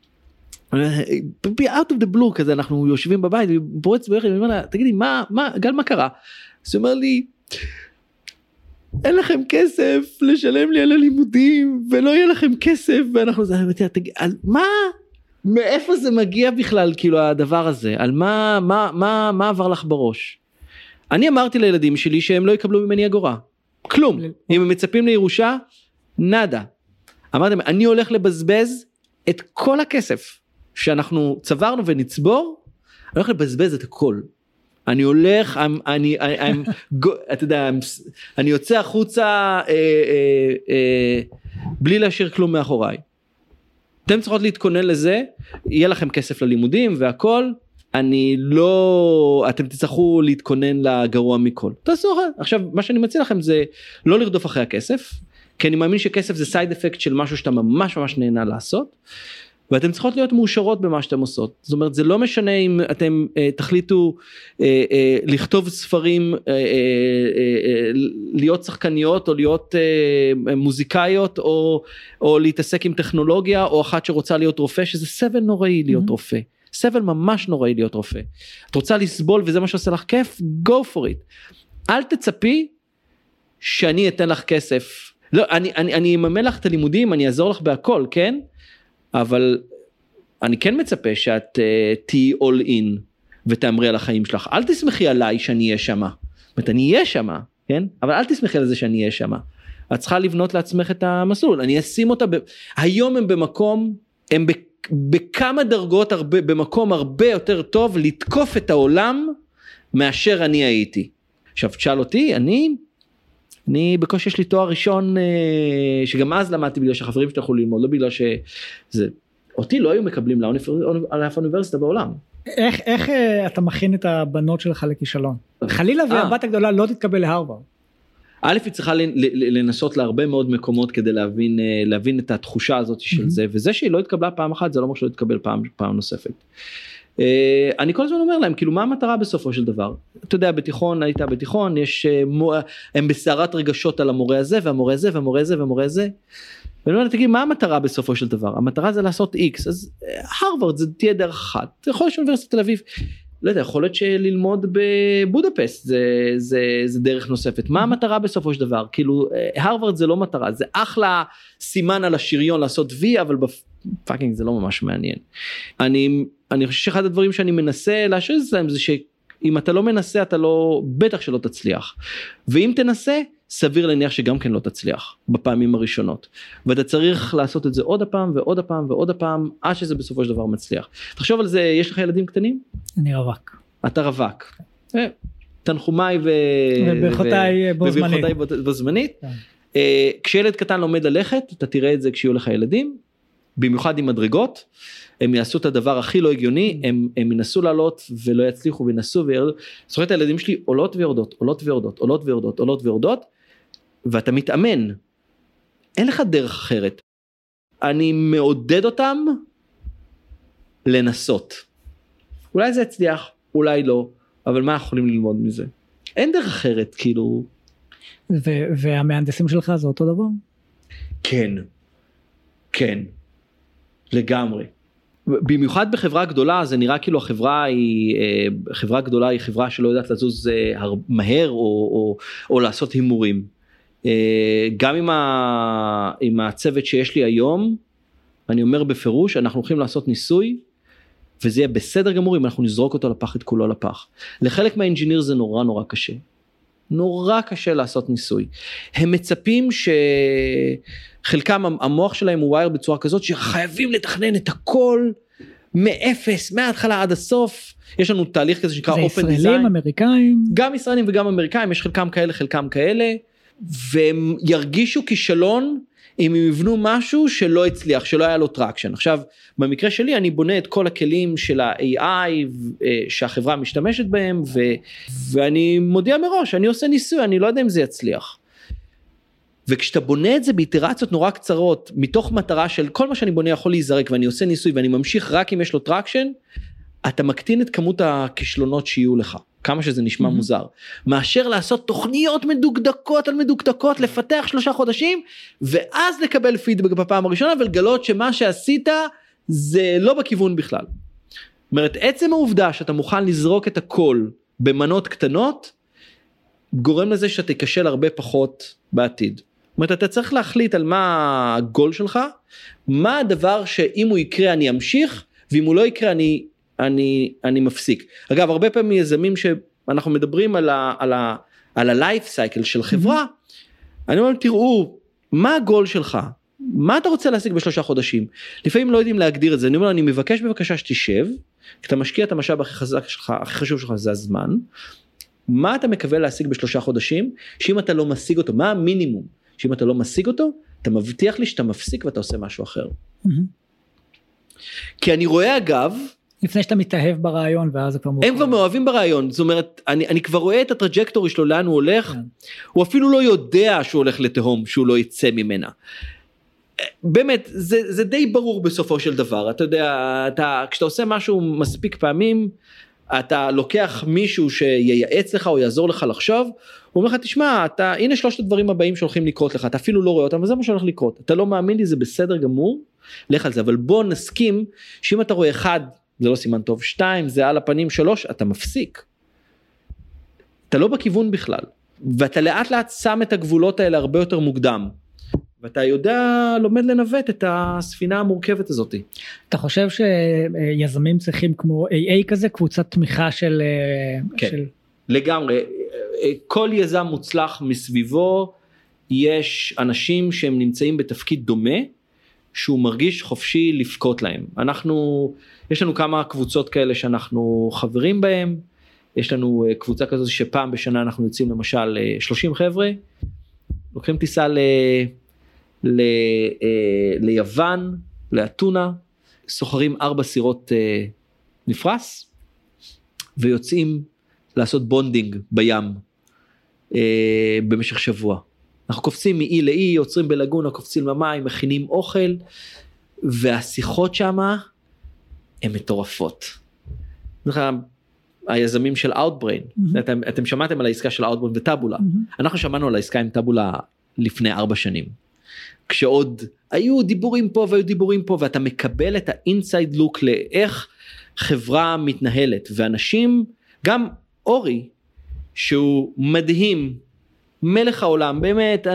out of the blue כזה, אנחנו יושבים בבית, והיא פורצת בבכי, ואומר לה, תגידי, גל, מה קרה? אז היא אומר לי, אין לכם כסף לשלם לי על הלימודים, ולא יהיה לכם כסף, ואנחנו, מה? מאיפה זה מגיע בכלל, כאילו, הדבר הזה? על מה עבר לך בראש? אני אמרתי לילדים שלי, שהם לא יקבלו ממני אגורה. כלום. אם הם מצפים לירושה, נדה. אמרתם, אני הולך לבזבז את כל הכסף, שאנחנו צברנו ונצבור, אני הולך לבזבז את הכל. אני הולך, אתה יודע, אני יוצא החוצה, בלי להשאיר כלום מאחוריי. אתם צריכות להתכונן לזה, יהיה לכם כסף ללימודים והכל, אתם תצטרכו להתכונן לגרוע מכל. תעשו אחת. עכשיו, מה שאני מציע לכם זה לא לרדוף אחרי הכסף, כי אני מאמין שכסף זה סייד אפקט של משהו שאתה ממש ממש נהנה לעשות, ואתם צריכות להיות מאושרות במה שאתם עושות. זאת אומרת, זה לא משנה אם אתם תחליטו לכתוב ספרים, להיות שחקניות, או להיות מוזיקאיות, או להתעסק עם טכנולוגיה, או אחת שרוצה להיות רופא, שזה סבל נוראי להיות רופא. סבל ממש נוראי להיות רופא. את רוצה לסבול וזה מה שעושה לך כיף? Go for it. אל תצפי שאני אתן לך כסף. לא, אני אממן לך את הלימודים, אני אעזור לך בהכל, כן? אבל אני כן מצפה שאת תהי all in ותאמרי על החיים שלך. אל תשמחי עליי שאני אהיה שמה. זאת אומרת, אני אהיה שמה, כן? אבל אל תשמחי על זה שאני אהיה שמה. את צריכה לבנות לעצמך את המסלול. אני אשים אותה, היום הם במקום, הם בכמה דרגות, במקום הרבה יותר טוב, לתקוף את העולם מאשר אני הייתי. עכשיו, תשאל אותי, אני בקושי יש לי תואר ראשון, שגם אז למדתי בגלל שהחברים שלי יכולו ללמוד, לא בגלל שזה, אותי לא היו מקבלים לאף אוניברסיטה בעולם. איך אתה מכין את הבנות שלך לכישלון? חלילה והבת הגדולה לא תתקבל להרווארד. א', היא צריכה לנסות להרבה מאוד מקומות כדי להבין את התחושה הזאת של זה, וזה שהיא לא התקבלה פעם אחת, זה לא אומר שלא תתקבל פעם נוספת. אני כל הזמן אומר להם, כאילו, מה המטרה בסופו של דבר? אתה יודע, בתיכון, היית בתיכון, הם בסערת רגשות על המורה הזה, והמורה הזה, והמורה הזה, והמורה הזה. ואני אומר, תגיד, מה המטרה בסופו של דבר? המטרה זה לעשות X, אז הרווארד זה תהיה דרך אחת. זה יכול להיות שאוניברסיטת תל אביב, לא יודע, יכול להיות שללמוד בבודפסט, זה דרך נוספת. מה המטרה בסופו של דבר? כאילו, הרווארד זה לא מטרה, זה אחלה סימן על השריון לעשות V, אבל פאקינג זה לא ממש מעניין. אני חושב שאחד הדברים שאני מנסה להשאיר להם זה שאם אתה לא מנסה אתה לא, בטח שלא תצליח, ואם תנסה סביר להניח שגם כן לא תצליח בפעמים הראשונות, ואתה צריך לעשות את זה עוד הפעם ועוד הפעם ועוד הפעם עד שזה בסופו של דבר מצליח. תחשוב על זה, יש לך ילדים קטנים? אני רווק. אתה רווק. תנחומיי וברכותיי בו זמנית. כשילד קטן לומד ללכת, אתה תראה את זה כשיהיו לך ילדים, במיוחד עם מדרגות, הם יעשו את הדבר הכי לא הגיוני, הם ינסו לעלות ולא יצליחו וינסו וירדו. זוכרת הילדים שלי עולות ויורדות, עולות ויורדות, עולות ויורדות, עולות ויורדות, ואתה מתאמן, אין לך דרך אחרת. אני מעודד אותם לנסות. אולי זה יצליח, אולי לא, אבל מה יכולים ללמוד מזה? אין דרך אחרת, כאילו. והמהנדסים שלך זה אותו דבר? כן, כן, לגמרי. במיוחד בחברה גדולה, זה נראה כאילו חברה גדולה היא חברה שלא יודעת לזוז מהר או לעשות הימורים. גם עם הצוות שיש לי היום, אני אומר בפירוש, אנחנו הולכים לעשות ניסוי, וזה יהיה בסדר גמור אם אנחנו נזרוק אותו לפח את כולו לפח. לחלק מהאינג'יניר זה נורא נורא קשה. נורא קשה לעשות ניסוי. הם מצפים שחלקם המוח שלהם הוא ווייר בצורה כזאת שחייבים לתכנן את הכל מאפס, מההתחלה עד הסוף. יש לנו תהליך כזה שנקרא Open Design. זה ישראלים, אמריקאים? גם ישראלים וגם אמריקאים, יש חלקם כאלה, חלקם כאלה, והם ירגישו כישלון אם הם יבנו משהו שלא הצליח, שלא היה לו טראקשן. עכשיו, במקרה שלי אני בונה את כל הכלים של ה-AI שהחברה משתמשת בהם, ואני מודיע מראש, אני עושה ניסוי, אני לא יודע אם זה יצליח. וכשאתה בונה את זה באיטרציות נורא קצרות, מתוך מטרה של כל מה שאני בונה יכול להיזרק, ואני עושה ניסוי ואני ממשיך רק אם יש לו טראקשן, אתה מקטין את כמות הכישלונות שיהיו לך. כמה שזה נשמע מוזר, מאשר לעשות תוכניות מדוקדקות על מדוקדקות, לפתח 3 חודשים, ואז לקבל פידבק בפעם הראשונה, ולגלות שמה שעשית, זה לא בכיוון בכלל. זאת אומרת, עצם העובדה שאתה מוכן לזרוק את הכל, במנות קטנות, גורם לזה שאתה תיכשל הרבה פחות בעתיד. זאת אומרת, אתה צריך להחליט על מה הגול שלך, מה הדבר שאם הוא יקרה אני אמשיך, ואם הוא לא יקרה אני מפסיק. אגב, הרבה פעמים יזמים שאנחנו מדברים על ה-life cycle של חברה, אני אומר, תראו, מה הגול שלך? מה אתה רוצה להשיג ב3 חודשים? לפעמים לא יודעים להגדיר את זה, אני אומר, אני מבקש בבקשה שתשב, כי אתה משקיע את המשאב הכי חזק שלך, הכי חשוב שלך זה הזמן, מה אתה מקווה להשיג ב3 חודשים, שאם אתה לא משיג אותו, מה המינימום? שאם אתה לא משיג אותו, אתה מבטיח לי שאתה מפסיק ואתה עושה משהו אחר. כי אני רואה אגב, לפני שאתה מתאהב ברעיון, ואז זה כבר הם כבר מאוהבים ברעיון, זאת אומרת, אני כבר רואה את הטראג'קטורי שלו, לאן הוא הולך, הוא אפילו לא יודע שהוא הולך לתהום, שהוא לא יצא ממנה. באמת, זה די ברור בסופו של דבר, אתה יודע, כשאתה עושה משהו מספיק פעמים, אתה לוקח מישהו שייעץ לך, או יעזור לך לחשוב, הוא אומר לך, תשמע, הנה 3 הדברים הבאים שהולכים לקרות לך, אתה אפילו לא רואה אותם, וזה מה שהולך לקרות, אתה לא מאמין לי, זה בסדר גמור, לך על זה, אבל בוא נסכים, שאם אתה רואה 1, זה לא סימן טוב, 2, זה על הפנים 3, אתה מפסיק. אתה לא בכיוון בכלל. ואתה לאט לאט שם את הגבולות האלה הרבה יותר מוקדם. ואתה יודע, לומד לנווט את הספינה המורכבת הזאת. אתה חושב שיזמים צריכים כמו AA כזה, קבוצת תמיכה של... כן, לגמרי. כל יזם מוצלח מסביבו, יש אנשים שהם נמצאים בתפקיד דומה, שהוא מרגיש חופשי לפקות להם. יש לנו כמה קבוצות כאלה שאנחנו חברים בהם, יש לנו קבוצה כזאת שפעם בשנה אנחנו יוצאים למשל 30 חבר'ה, לוקחים טיסה ליוון, לאתונה, סוחרים 4 סירות נפרס, ויוצאים לעשות בונדינג בים, במשך שבוע. אנחנו קופצים מאי לאי, יוצרים בלגונה, קופצים למים, מכינים אוכל, והשיחות שמה, הן מטורפות. היזמים של Outbrain, אתם שמעתם על העסקה של Outbrain וטאבולה, אנחנו שמענו על העסקה עם טאבולה לפני 4 שנים, כשעוד היו דיבורים פה והיו דיבורים פה, ואתה מקבל את האינסייד לוק לאיך חברה מתנהלת, ואנשים, גם אורי, שהוא מדהים, מלך העולם, באמת,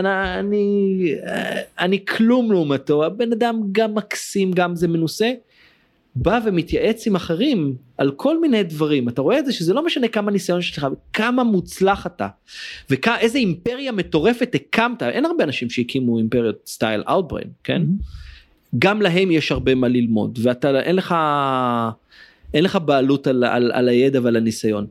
אני כלום לעומתו, הבן אדם גם מקסים, גם זה מנוסה, בא ומתייעץ עם אחרים על כל מיני דברים, אתה רואה את זה שזה לא משנה כמה ניסיון שלך, כמה מוצלח אתה, ואיזה אימפריה מטורפת הקמת, אין הרבה אנשים שהקימו אימפריות סטייל Outbrain, כן? גם להם יש הרבה מה ללמוד, ואתה, אין לך בעלות על הידע ועל הניסיון,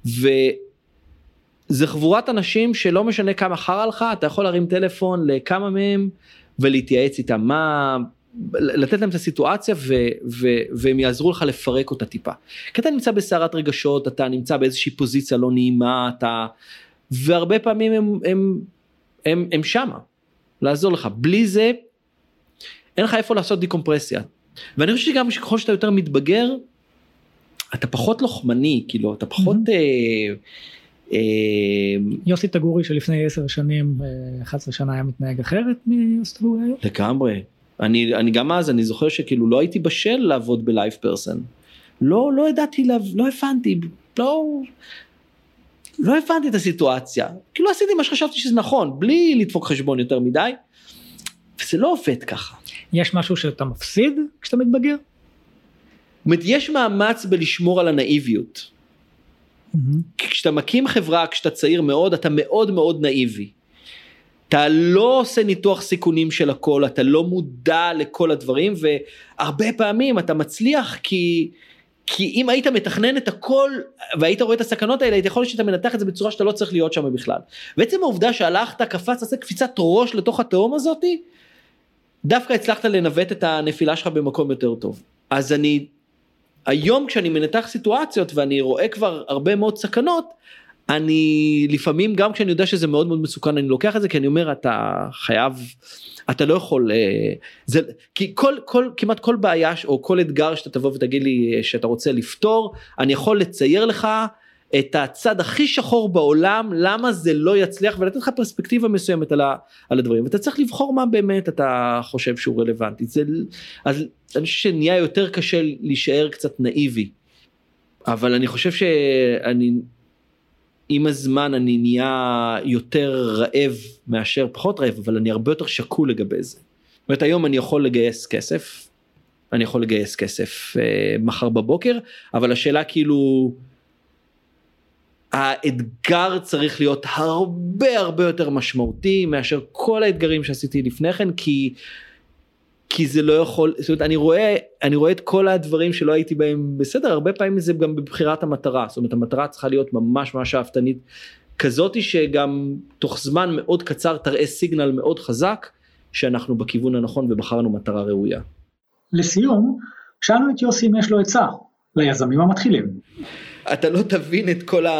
זה חבורת אנשים שלא משנה כמה חרה לך, אתה יכול להרים טלפון לכמה מהם, ולהתייעץ איתם, לתת להם את הסיטואציה, והם יעזרו לך לפרק אותה טיפה. כי אתה נמצא בסערת רגשות, אתה נמצא באיזושהי פוזיציה לא נעימה, והרבה פעמים הם שמה, לעזור לך. בלי זה, אין לך איפה לעשות דיקומפרסיה. ואני חושב שגם ככל שאתה יותר מתבגר, אתה פחות לוחמני, כאילו, אתה פחות... יוסי תגורי שלפני 10 שנים, 11 שנה היה מתנהג אחרת מיוסי תגורי היום? לגמרי. אני גם אז, אני זוכר שכאילו לא הייתי בשל לעבוד בלייב פרסן. לא ידעתי, לא הבנתי, לא הבנתי את הסיטואציה. כאילו עשיתי מה שחשבתי שזה נכון, בלי לדפוק חשבון יותר מדי, וזה לא עובד ככה. יש משהו שאתה מפסיד כשאתה מתבגר? זאת אומרת, יש מאמץ בלשמור על הנאיביות. כשאתה מקים חברה, כשאתה צעיר מאוד, אתה מאוד מאוד נאיבי. אתה לא עושה ניתוח סיכונים של הכל, אתה לא מודע לכל הדברים, והרבה פעמים אתה מצליח כי אם היית מתכנן את הכל, והיית רואה את הסכנות האלה, היית יכול שאתה מנתח את זה בצורה שאתה לא צריך להיות שם בכלל. בעצם העובדה שהלכת, קפץ, עשה קפיצת ראש לתוך התהום הזאת, דווקא הצלחת לנווט את הנפילה שלך במקום יותר טוב. אז היום כשאני מנתח סיטואציות, ואני רואה כבר הרבה מאוד סכנות, אני לפעמים גם כשאני יודע שזה מאוד מאוד מסוכן, אני לוקח את זה, כי אני אומר, אתה חייב, אתה לא יכול, כי כמעט כל בעיה, או כל אתגר שאתה תבוא ותגיד לי, שאתה רוצה לפתור, אני יכול לצייר לך, את הצד הכי שחור בעולם, למה זה לא יצליח, ולתת לך פרספקטיבה מסוימת על הדברים, ואתה צריך לבחור מה באמת אתה חושב שהוא רלוונטי, אז אני חושב שנהיה יותר קשה להישאר קצת נאיבי, אבל אני חושב עם הזמן אני נהיה יותר רעב מאשר פחות רעב, אבל אני הרבה יותר שקול לגבי זה. זאת אומרת, היום אני יכול לגייס כסף, מחר בבוקר, אבל השאלה כאילו, האתגר צריך להיות הרבה הרבה יותר משמעותי, מאשר כל האתגרים שעשיתי לפני כן, כי זה לא יכול, זאת אומרת, אני רואה את כל הדברים שלא הייתי בהם בסדר, הרבה פעמים זה גם בבחירת המטרה, זאת אומרת, המטרה צריכה להיות ממש ממש שאפתנית, כזאת שגם תוך זמן מאוד קצר תראה סיגנל מאוד חזק, שאנחנו בכיוון הנכון ובחרנו מטרה ראויה. לסיום, שאלנו את יוסי אם יש לו עצה, ליזמים המתחילים. אתה לא תבין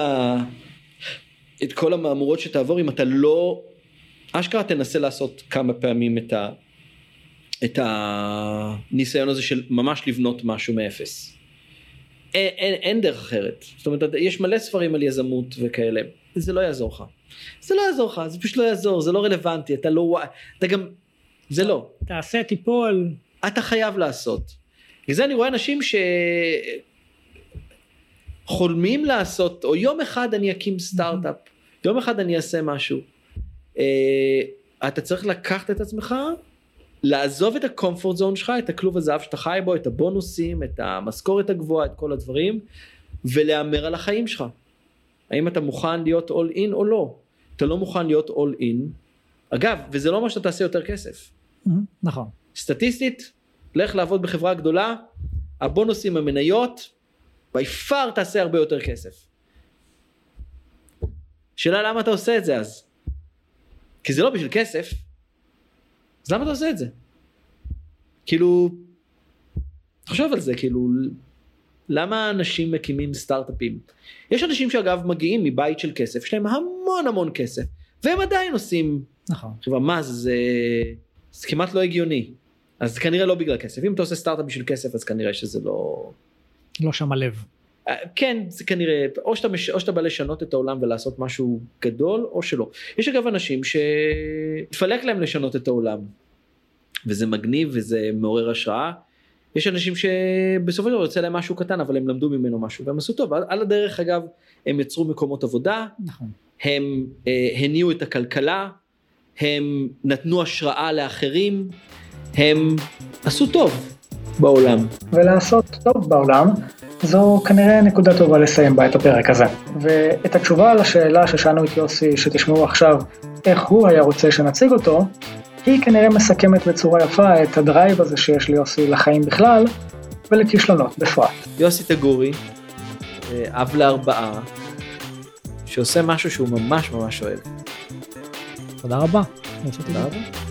את כל המאמורות שתעבור, אם אתה לא, אשכרה תנסה לעשות כמה פעמים את הניסיון הזה של ממש לבנות משהו מאפס. אין דרך אחרת. זאת אומרת, יש מלא ספרים על יזמות וכאלה. זה לא יעזור לך. זה פשוט לא יעזור, זה לא רלוונטי, אתה זה לא. תעשה טיפול. אתה חייב לעשות. וזה אני רואה אנשים שחולמים לעשות, או יום אחד אני אקים סטארט-אפ, יום אחד אני אעשה משהו. אתה צריך לקחת את עצמך, לעזוב את הקומפורט זון שלך, את הכלוב הזהב שאתה חי בו, את הבונוסים, את המשכורת הגבוהה, את כל הדברים, ולאמר על החיים שלך. האם אתה מוכן להיות all in או לא? אתה לא מוכן להיות all in. אגב, וזה לא אומר שאתה תעשה יותר כסף. נכון. סטטיסטית, לך לעבוד בחברה גדולה, הבונוסים, המניות, ביפר תעשה הרבה יותר כסף. שאלה למה אתה עושה את זה אז? כי זה לא בשביל כסף, אז למה אתה עושה את זה? כאילו, חשוב על זה, כאילו, למה אנשים מקימים סטארט-אפים? יש אנשים שאגב מגיעים מבית של כסף, יש להם המון המון כסף, והם עדיין עושים, נכון. חבר'ה, מה זה כמעט לא הגיוני, אז כנראה לא בגלל כסף, אם אתה עושה סטארט-אפ בשביל כסף, אז כנראה שזה לא שם הלב. כן, זה כנראה, או שאתה בא לשנות את העולם ולעשות משהו גדול, או שלא. יש אגב אנשים שתפלק להם לשנות את העולם, וזה מגניב וזה מעורר השראה. יש אנשים שבסופו של דבר יוצא להם משהו קטן, אבל הם למדו ממנו משהו, והם עשו טוב. על הדרך אגב, הם יצרו מקומות עבודה, נכון. הם הניעו את הכלכלה, הם נתנו השראה לאחרים, הם עשו טוב בעולם. ולעשות טוב בעולם, זו כנראה נקודה טובה לסיים בה את הפרק הזה. ואת התשובה על השאלה ששאלנו את יוסי שתשמעו עכשיו, איך הוא היה רוצה שנציג אותו, היא כנראה מסכמת בצורה יפה את הדרייב הזה שיש ליוסי לחיים בכלל, ולכישלונות בפרט. יוסי תגורי, אב לארבעה, שעושה משהו שהוא ממש ממש אוהב. תודה רבה. תודה רבה.